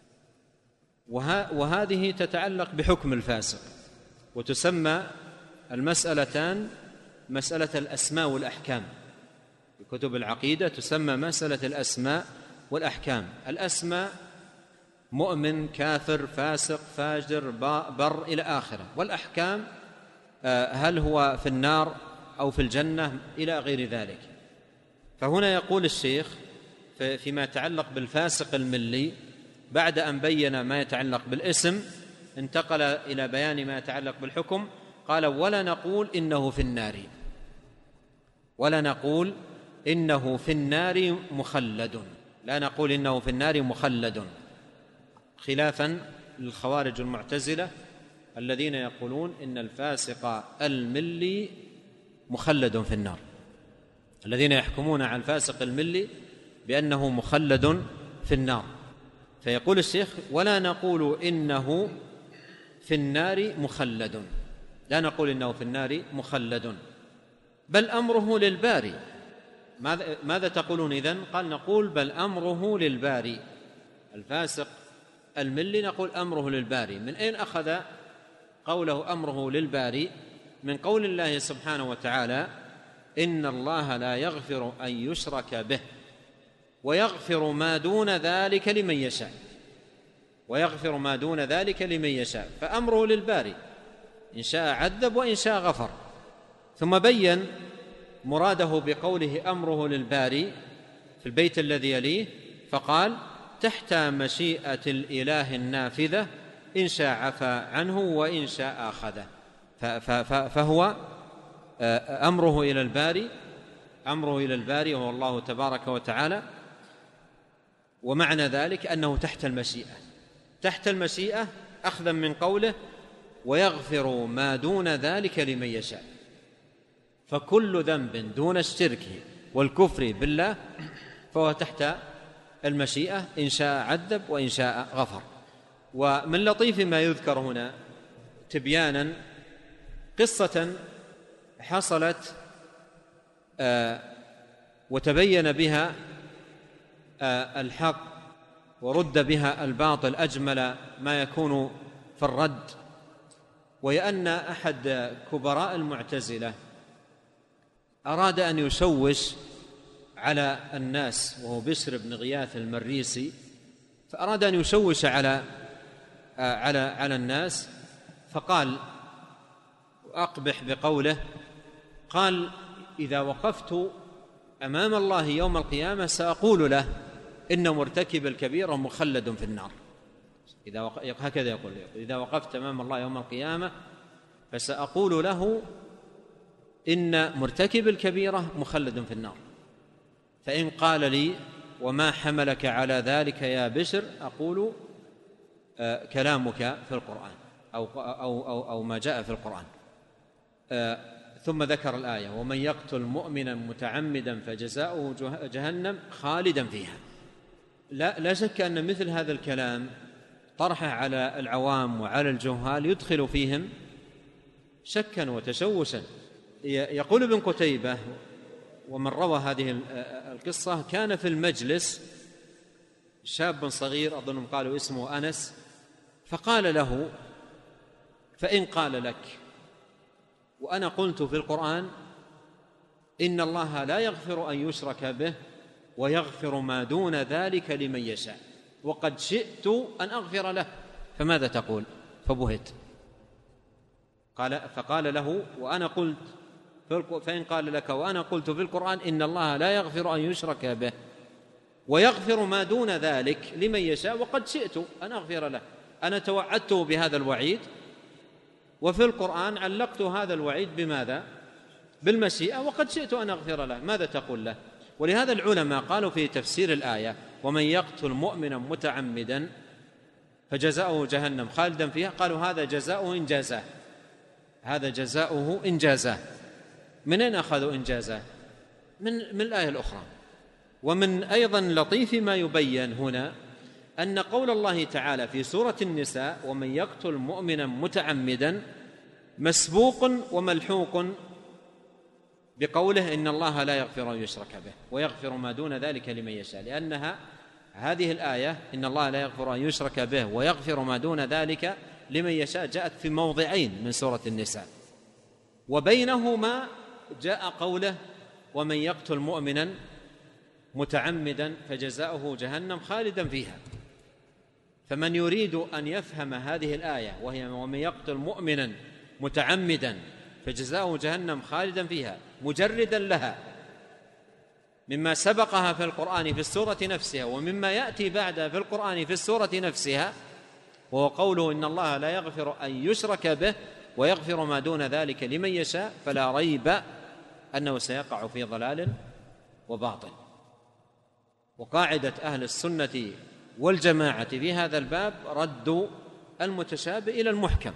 وهذه تتعلق بحكم الفاسق، وتسمى المسألتان مسألة الأسماء والأحكام. في كتب العقيدة تسمى مسألة الأسماء والأحكام. الأسماء مؤمن، كافر، فاسق، فاجر، بر إلى آخره، والأحكام هل هو في النار أو في الجنة إلى غير ذلك. فهنا يقول الشيخ فيما يتعلق بالفاسق الملي، بعد أن بين ما يتعلق بالاسم انتقل إلى بيان ما يتعلق بالحكم. قال: ولا نقول إنه في النار، ولا نقول إنه في النار مخلد، لا نقول إنه في النار مخلد، خلافا للخوارج المعتزلة الذين يقولون إن الفاسق الملي مخلد في النار. الذين يحكمون على الفاسق الملي بأنه مخلد في النار. فيقول الشيخ: ولا نقول إنه في النار مخلد، لا نقول إنه في النار مخلد، بل أمره للباري. ماذا تقولون إذن؟ قال: نقول بل أمره للباري. الفاسق الملي نقول أمره للباري. من أين أخذ قوله أمره للباري؟ من قول الله سبحانه وتعالى: إن الله لا يغفر أن يشرك به ويغفر ما دون ذلك لمن يشاء، ويغفر ما دون ذلك لمن يشاء. فأمره للباري، إن شاء عذب وإن شاء غفر. ثم بين مراده بقوله أمره للباري في البيت الذي يليه، فقال: تحت مشيئة الإله النافذة، إن شاء عفا عنه وإن شاء أخذه. فهو أمره إلى الباري، أمره إلى الباري هو الله تبارك وتعالى. ومعنى ذلك أنه تحت المشيئة، تحت المشيئة أخذا من قوله: ويغفر ما دون ذلك لمن يشاء. فكل ذنب دون الشرك والكفر بالله فهو تحت المشيئة، إن شاء عذب وإن شاء غفر. ومن لطيف ما يذكر هنا تبيانا قصة حصلت وتبين بها الحق ورد بها الباطل أجمل ما يكون في الرد. وهي أن أحد كبراء المعتزلة أراد أن يشوش على الناس، وهو بشر بن غياث المريسي، فأراد أن يشوش على الناس، فقال أقبح بقوله، قال: إذا وقفت أمام الله يوم القيامة سأقول له إن مرتكب الكبيرة مخلد في النار. هكذا يقول: إذا وقفت أمام الله يوم القيامة فسأقول له إن مرتكب الكبيرة مخلد في النار. فإن قال لي: وما حملك على ذلك يا بشر؟ أقول: كلامك في القرآن أو ما جاء في القرآن. ثم ذكر الآية: ومن يقتل مؤمنا متعمدا فجزاؤه جهنم خالدا فيها. لا شك أن مثل هذا الكلام طرحه على العوام وعلى الجهال يدخل فيهم شكا وتشوشا. يقول ابن قتيبة ومن روى هذه القصة: كان في المجلس شاب صغير أظن قالوا اسمه أنس، فقال له: فإن قال لك وأنا قلت في القرآن إن الله لا يغفر أن يشرك به ويغفر ما دون ذلك لمن يشاء وقد شئت أن أغفر له، فماذا تقول؟ فبهت. فقال له: وأنا قلت فإن قال لك وأنا قلت في القرآن إن الله لا يغفر أن يشرك به ويغفر ما دون ذلك لمن يشاء وقد شئت أن أغفر له. أنا توعدته بهذا الوعيد، وفي القرآن علقت هذا الوعيد بماذا؟ بالمشيئة، وقد شئت أن أغفر له. ماذا تقول له؟ ولهذا العلماء قالوا في تفسير الآية: ومن يقتل مؤمنا متعمدا فجزاؤه جهنم خالدا فيها، قالوا هذا جزاؤه إن جازاه، هذا جزاؤه إن جازاه. من أين أخذوا إن جازاه؟ من الآية الأخرى. ومن أيضا لطيف ما يبين هنا أن قول الله تعالى في سورة النساء: ومن يقتل مؤمنا متعمدا مسبوق وملحوق بقوله إن الله لا يغفر أن يشرك به ويغفر ما دون ذلك لمن يشاء، لأنها هذه الآية إن الله لا يغفر أن يشرك به ويغفر ما دون ذلك لمن يشاء جاءت في موضعين من سورة النساء، وبينهما جاء قوله: ومن يقتل مؤمنا متعمدا فجزاؤه جهنم خالدا فيها. فمن يريد أن يفهم هذه الآية وهي ومن يقتل مؤمنا متعمدا فجزاؤه جهنم خالدا فيها مجردا لها مما سبقها في القرآن في السورة نفسها ومما يأتي بعدها في القرآن في السورة نفسها، وهو قوله إن الله لا يغفر أن يشرك به ويغفر ما دون ذلك لمن يشاء، فلا ريب أنه سيقع في ضلال وباطل. وقاعدة أهل السنة والجماعة في هذا الباب رد المتشابه إلى المحكم،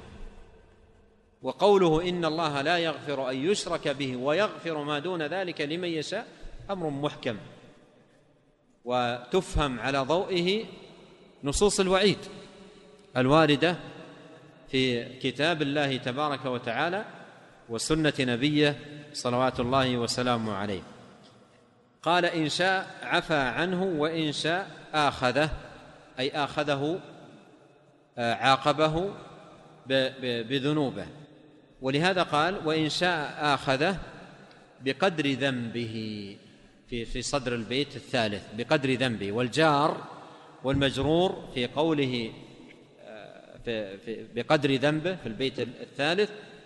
وقوله إن الله لا يغفر أن يشرك به ويغفر ما دون ذلك لمن يشاء أمر محكم وتفهم على ضوئه نصوص الوعيد الواردة في كتاب الله تبارك وتعالى وسنة نبيه صلوات الله وسلامه عليه. قال إن شاء عفى عنه وإن شاء آخذه، أي آخذه عاقبه بذنوبه، ولهذا قال وإن شاء آخذه بقدر ذنبه في صدر البيت الثالث، بقدر ذنبه، والجار والمجرور في قوله بقدر ذنبه في البيت الثالث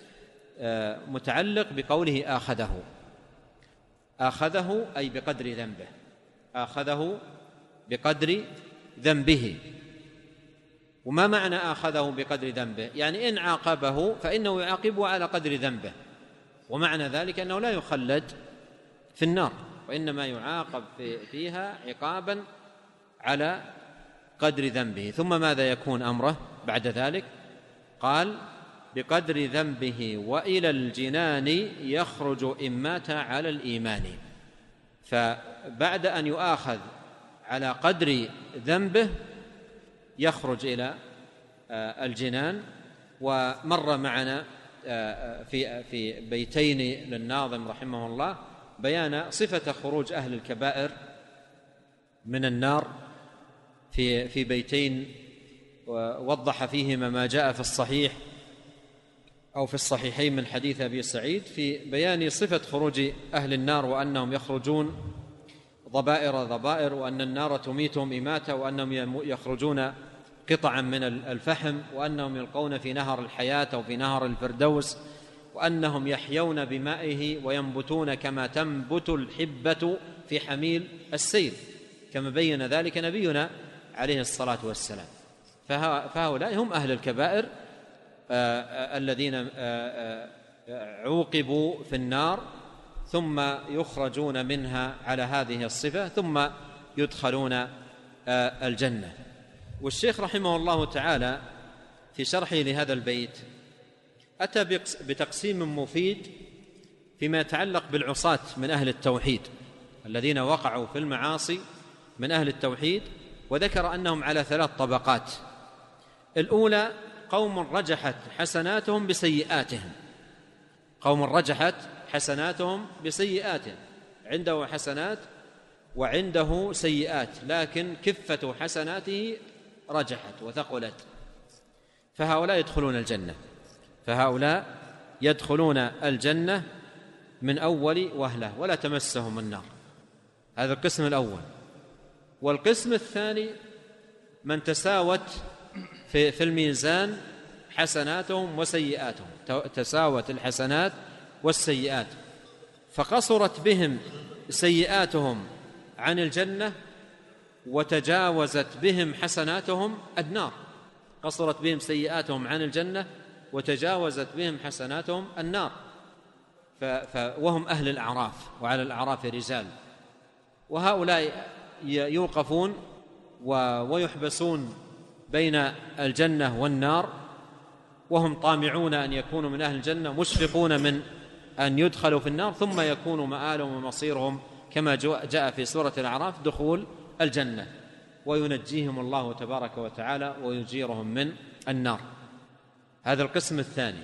متعلق بقوله آخذه، آخذه أي بقدر ذنبه، آخذه بقدر ذنبه. وما معنى آخذه بقدر ذنبه؟ يعني إن عاقبه فإنه يعاقبه على قدر ذنبه، ومعنى ذلك أنه لا يخلد في النار، وإنما يعاقب فيها عقابا على قدر ذنبه. ثم ماذا يكون أمره بعد ذلك؟ قال بقدر ذنبه وإلى الجنان يخرج إن مات على الإيمان. فبعد أن يؤاخذ على قدر ذنبه يخرج إلى الجنان. ومر معنا في بيتين للناظم رحمه الله بيان صفة خروج أهل الكبائر من النار في بيتين، ووضح فيهما ما جاء في الصحيح أو في الصحيحين من حديث أبي سعيد في بيان صفة خروج أهل النار، وأنهم يخرجون ضبائر، وأن النار تميتهم إماتة، وأنهم يخرجون قطعا من الفحم، وأنهم يلقون في نهر الحياة أو في نهر الفردوس، وأنهم يحيون بمائه وينبتون كما تنبت الحبة في حميل السيل، كما بين ذلك نبينا عليه الصلاة والسلام. فهؤلاء هم أهل الكبائر الذين عوقبوا في النار ثم يخرجون منها على هذه الصفة ثم يدخلون الجنة. والشيخ رحمه الله تعالى في شرحه لهذا البيت أتى بتقسيم مفيد فيما يتعلق بالعصاة من أهل التوحيد الذين وقعوا في المعاصي من أهل التوحيد، وذكر أنهم على 3 طبقات. الأولى قوم رجحت حسناتهم بسيئاتهم، قوم رجحت حسناتهم بسيئاتهم، عنده حسنات وعنده سيئات، لكن كفة حسناته رجحت وثقلت، فهؤلاء يدخلون الجنة، فهؤلاء يدخلون الجنة من أول وهلة ولا تمسهم النار. هذا القسم الأول. والقسم الثاني من تساوت في الميزان حسناتهم وسيئاتهم، تساوت الحسنات والسيئات، فقصرت بهم سيئاتهم عن الجنة وتجاوزت بهم حسناتهم النار، قصرت بهم سيئاتهم عن الجنة وتجاوزت بهم حسناتهم النار. وهم أهل الأعراف، وعلى الأعراف رجال، وهؤلاء يوقفون ويحبسون بين الجنة والنار، وهم طامعون أن يكونوا من أهل الجنة، مشفقون من أن يدخلوا في النار، ثم يكون مآلهم ومصيرهم كما جاء في سورة الأعراف دخول الجنة، وينجيهم الله تبارك وتعالى ويجيرهم من النار. هذا القسم الثاني.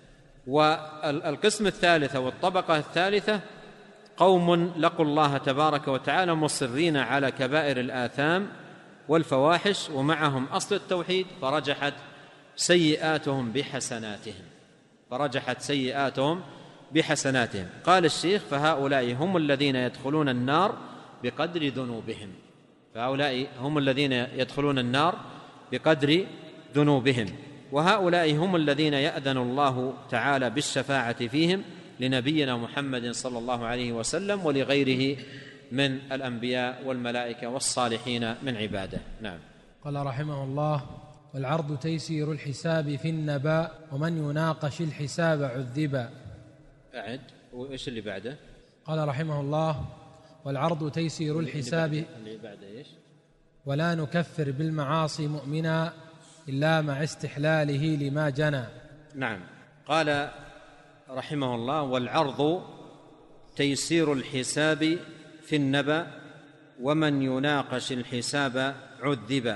والقسم الثالث والطبقة الثالثة قوم لقوا الله تبارك وتعالى مصرين على كبائر الآثام والفواحش ومعهم أصل التوحيد، فرجحت سيئاتهم بحسناتهم، فرجحت سيئاتهم بحسناتهم. قال الشيخ فهؤلاء هم الذين يدخلون النار بقدر ذنوبهم، فهؤلاء هم الذين يدخلون النار بقدر ذنوبهم، وهؤلاء هم الذين يأذن الله تعالى بالشفاعة فيهم لنبينا محمد صلى الله عليه وسلم ولغيره من الأنبياء والملائكة والصالحين من عباده. نعم. قال رحمه الله والعرض تيسير الحساب في النباء ومن يناقش الحساب عذبا. أعد وإيش اللي بعده؟ قال رحمه الله والعرض تيسير الحساب اللي بعده إيش؟ ولا نكفر بالمعاصي مؤمنا إلا مع استحلاله لما جنى. نعم. قال رحمه الله والعرض تيسير الحساب في النبأ ومن يناقش الحساب عذب.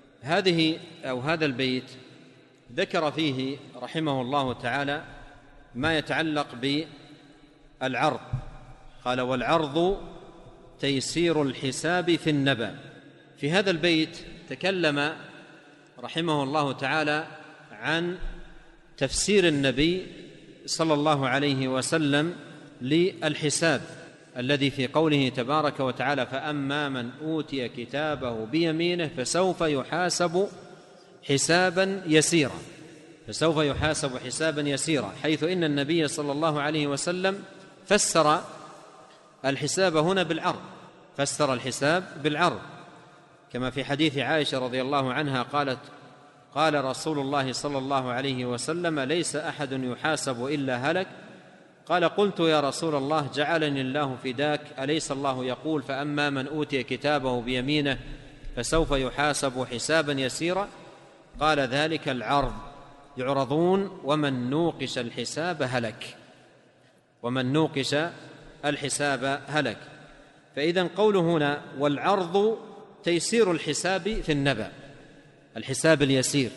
هذا البيت ذكر فيه رحمه الله تعالى ما يتعلق بالعرض. قال: والعرض تيسير الحساب في النبأ. في هذا البيت تكلم رحمه الله تعالى عن تفسير النبي صلى الله عليه وسلم للحساب الذي في قوله تبارك وتعالى: فأما من أوتي كتابه بيمينه فسوف يحاسب حسابا يسيرا. فسوف يحاسب حسابا يسيرا، حيث إن النبي صلى الله عليه وسلم فسر الحساب هنا بالعرض، فسر الحساب بالعرض، كما في حديث عائشة رضي الله عنها قالت: قال رسول الله صلى الله عليه وسلم: ليس أحد يحاسب إلا هلك. قال: قلت يا رسول الله جعلني الله فداك، أليس الله يقول: فأما من أوتي كتابه بيمينه فسوف يحاسب حسابا يسيرا؟ قال: ذلك العرض، يعرضون ومن نوقش الحساب هلك. ومن نوقش الحساب هلك. فإذن قوله هنا: والعرض تيسير الحساب في النبأ، الحساب اليسير.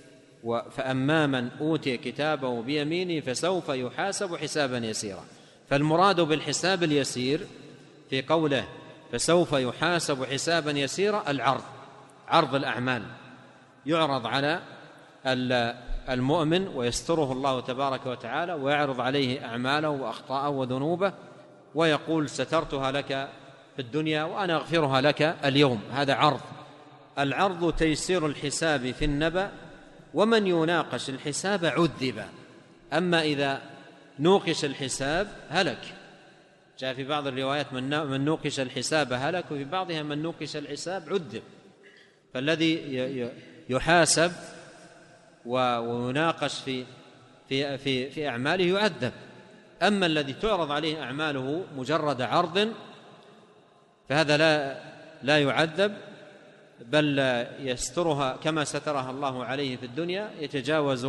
فأما من أوتي كتابه بيمينه فسوف يحاسب حسابا يسيرا. فالمراد بالحساب اليسير في قوله فسوف يحاسب حسابا يسيرا العرض، عرض الأعمال، يعرض على المؤمن ويستره الله تبارك وتعالى ويعرض عليه أعماله وأخطاءه وذنوبه ويقول: سترتها لك في الدنيا وأنا أغفرها لك اليوم. هذا عرض. العرض تيسير الحساب في النبأ ومن يناقش الحساب عذب. أما إذا نوقش الحساب هلك. جاء في بعض الروايات من نوقش الحساب هلك، وفي بعضها من نوقش الحساب عذب. فالذي يحاسب ويناقش في أعماله يعذب. أما الذي تعرض عليه أعماله مجرد عرض فهذا لا يعذب، بل يسترها كما سترها الله عليه في الدنيا، يتجاوز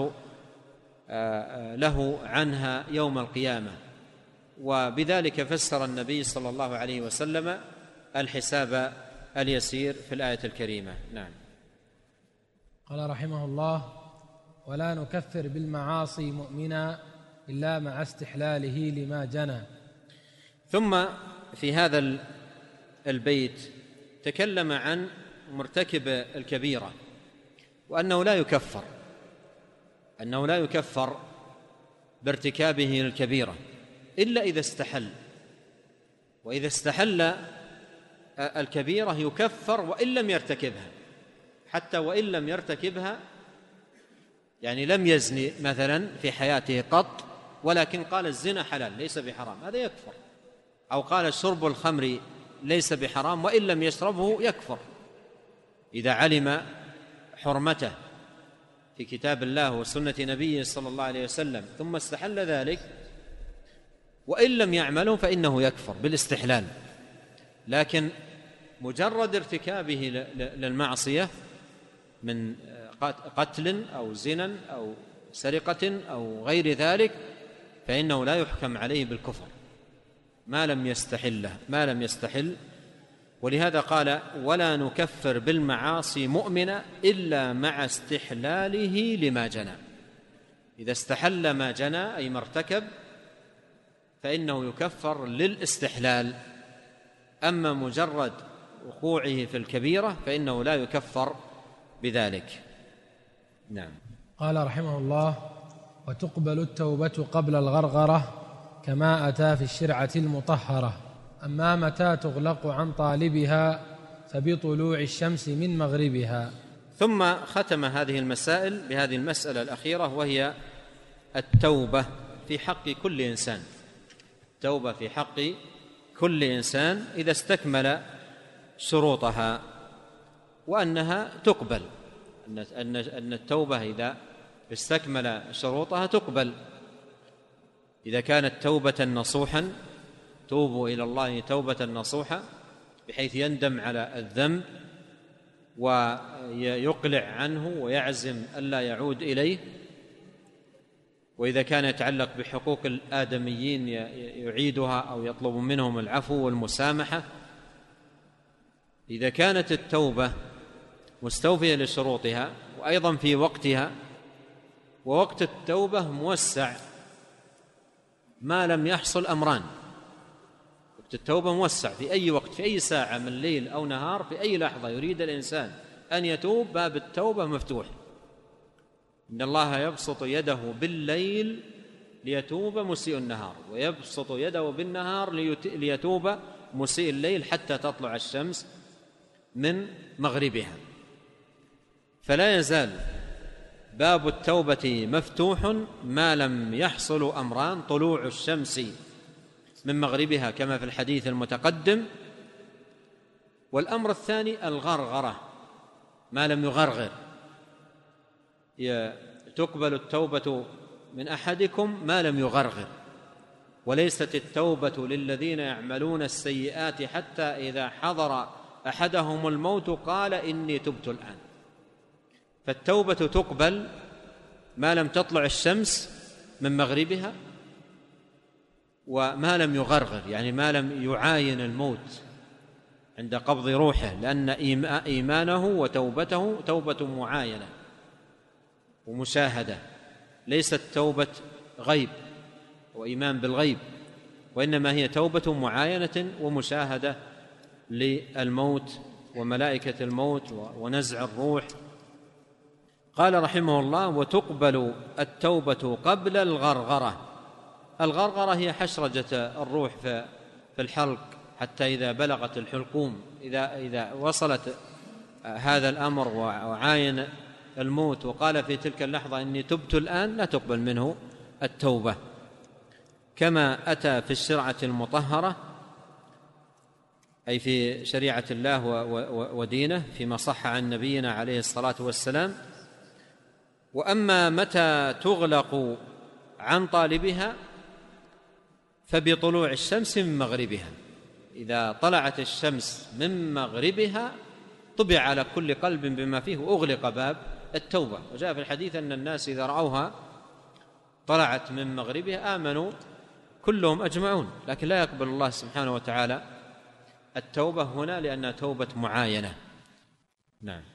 له عنها يوم القيامة. وبذلك فسر النبي صلى الله عليه وسلم الحساب اليسير في الآية الكريمة. نعم. قال رحمه الله: ولا نكفر بالمعاصي مؤمنا إلا مع استحلاله لما جنى. ثم في هذا البيت تكلم عن مرتكب الكبيرة وأنه لا يكفر بارتكابه للكبيرة إلا إذا استحل. وإذا استحل الكبيرة يكفر وإن لم يرتكبها، حتى وإن لم يرتكبها، يعني لم يزني مثلا في حياته قط ولكن قال الزنا حلال ليس بحرام، هذا يكفر. أو قال شرب الخمر ليس بحرام وإن لم يشربه يكفر إذا علم حرمته في كتاب الله وسنة نبيه صلى الله عليه وسلم ثم استحل ذلك، وإن لم يعمله فإنه يكفر بالاستحلال. لكن مجرد ارتكابه للمعصية من قتل أو زنا أو سرقة أو غير ذلك فإنه لا يحكم عليه بالكفر ما لم يستحل. ولهذا قال: ولا نكفر بالمعاصي مؤمنا إلا مع استحلاله لما جنى. إذا استحل ما جنى أي ما ارتكب فإنه يكفر للاستحلال. أما مجرد وقوعه في الكبيرة فإنه لا يكفر بذلك. نعم. قال رحمه الله: وتقبل التوبة قبل الغرغرة كما أتى في الشرعة المطهرة، أما متى تغلق عن طالبها فبطلوع الشمس من مغربها. ثم ختم هذه المسائل بهذه المسألة الأخيرة، وهي التوبة في حق كل إنسان. التوبة في حق كل إنسان إذا استكمل شروطها، وأنها تقبل، أن التوبة إذا استكمل شروطها تقبل. إذا كانت توبة نصوحا، توبوا إلى الله توبة نصوحا، بحيث يندم على الذنب ويقلع عنه ويعزم ألا يعود إليه، وإذا كان يتعلق بحقوق الآدميين يعيدها أو يطلب منهم العفو والمسامحة. إذا كانت التوبة مستوفية لشروطها وأيضا في وقتها، ووقت التوبة موسع ما لم يحصل أمران. وقت التوبة موسع في أي وقت، في أي ساعة من ليل أو نهار، في أي لحظة يريد الإنسان أن يتوب باب التوبة مفتوح. إن الله يبسط يده بالليل ليتوب مسيء النهار، ويبسط يده بالنهار ليتوب مسيء الليل حتى تطلع الشمس من مغربها. فلا يزال باب التوبة مفتوح ما لم يحصل أمران: طلوع الشمس من مغربها كما في الحديث المتقدم، والأمر الثاني الغرغرة ما لم يغرغر. تقبل التوبة من أحدكم ما لم يغرغر، وليست التوبة للذين يعملون السيئات حتى إذا حضر أحدهم الموت قال إني تبت الآن. فالتوبة تقبل ما لم تطلع الشمس من مغربها، وما لم يغرغر يعني ما لم يعاين الموت عند قبض روحه، لأن إيمانه وتوبته توبة معاينة ومشاهدة، ليست توبة غيب وإيمان بالغيب، وإنما هي توبة معاينة ومشاهدة للموت وملائكة الموت ونزع الروح. قال رحمه الله: وتقبل التوبة قبل الغرغرة. الغرغرة هي حشرجة الروح في الحلق حتى إذا بلغت الحلقوم، إذا وصلت هذا الأمر وعاين الموت وقال في تلك اللحظة إني تبت الآن، لا تقبل منه التوبة، كما أتى في الشرعة المطهرة أي في شريعة الله ودينه فيما صح عن نبينا عليه الصلاة والسلام. وأما متى تغلق عن طالبها فبطلوع الشمس من مغربها. إذا طلعت الشمس من مغربها طبع على كل قلب بما فيه وأغلق باب التوبة. وجاء في الحديث أن الناس إذا رأوها طلعت من مغربها آمنوا كلهم أجمعون، لكن لا يقبل الله سبحانه وتعالى التوبة هنا لأنها توبة معاينة. نعم.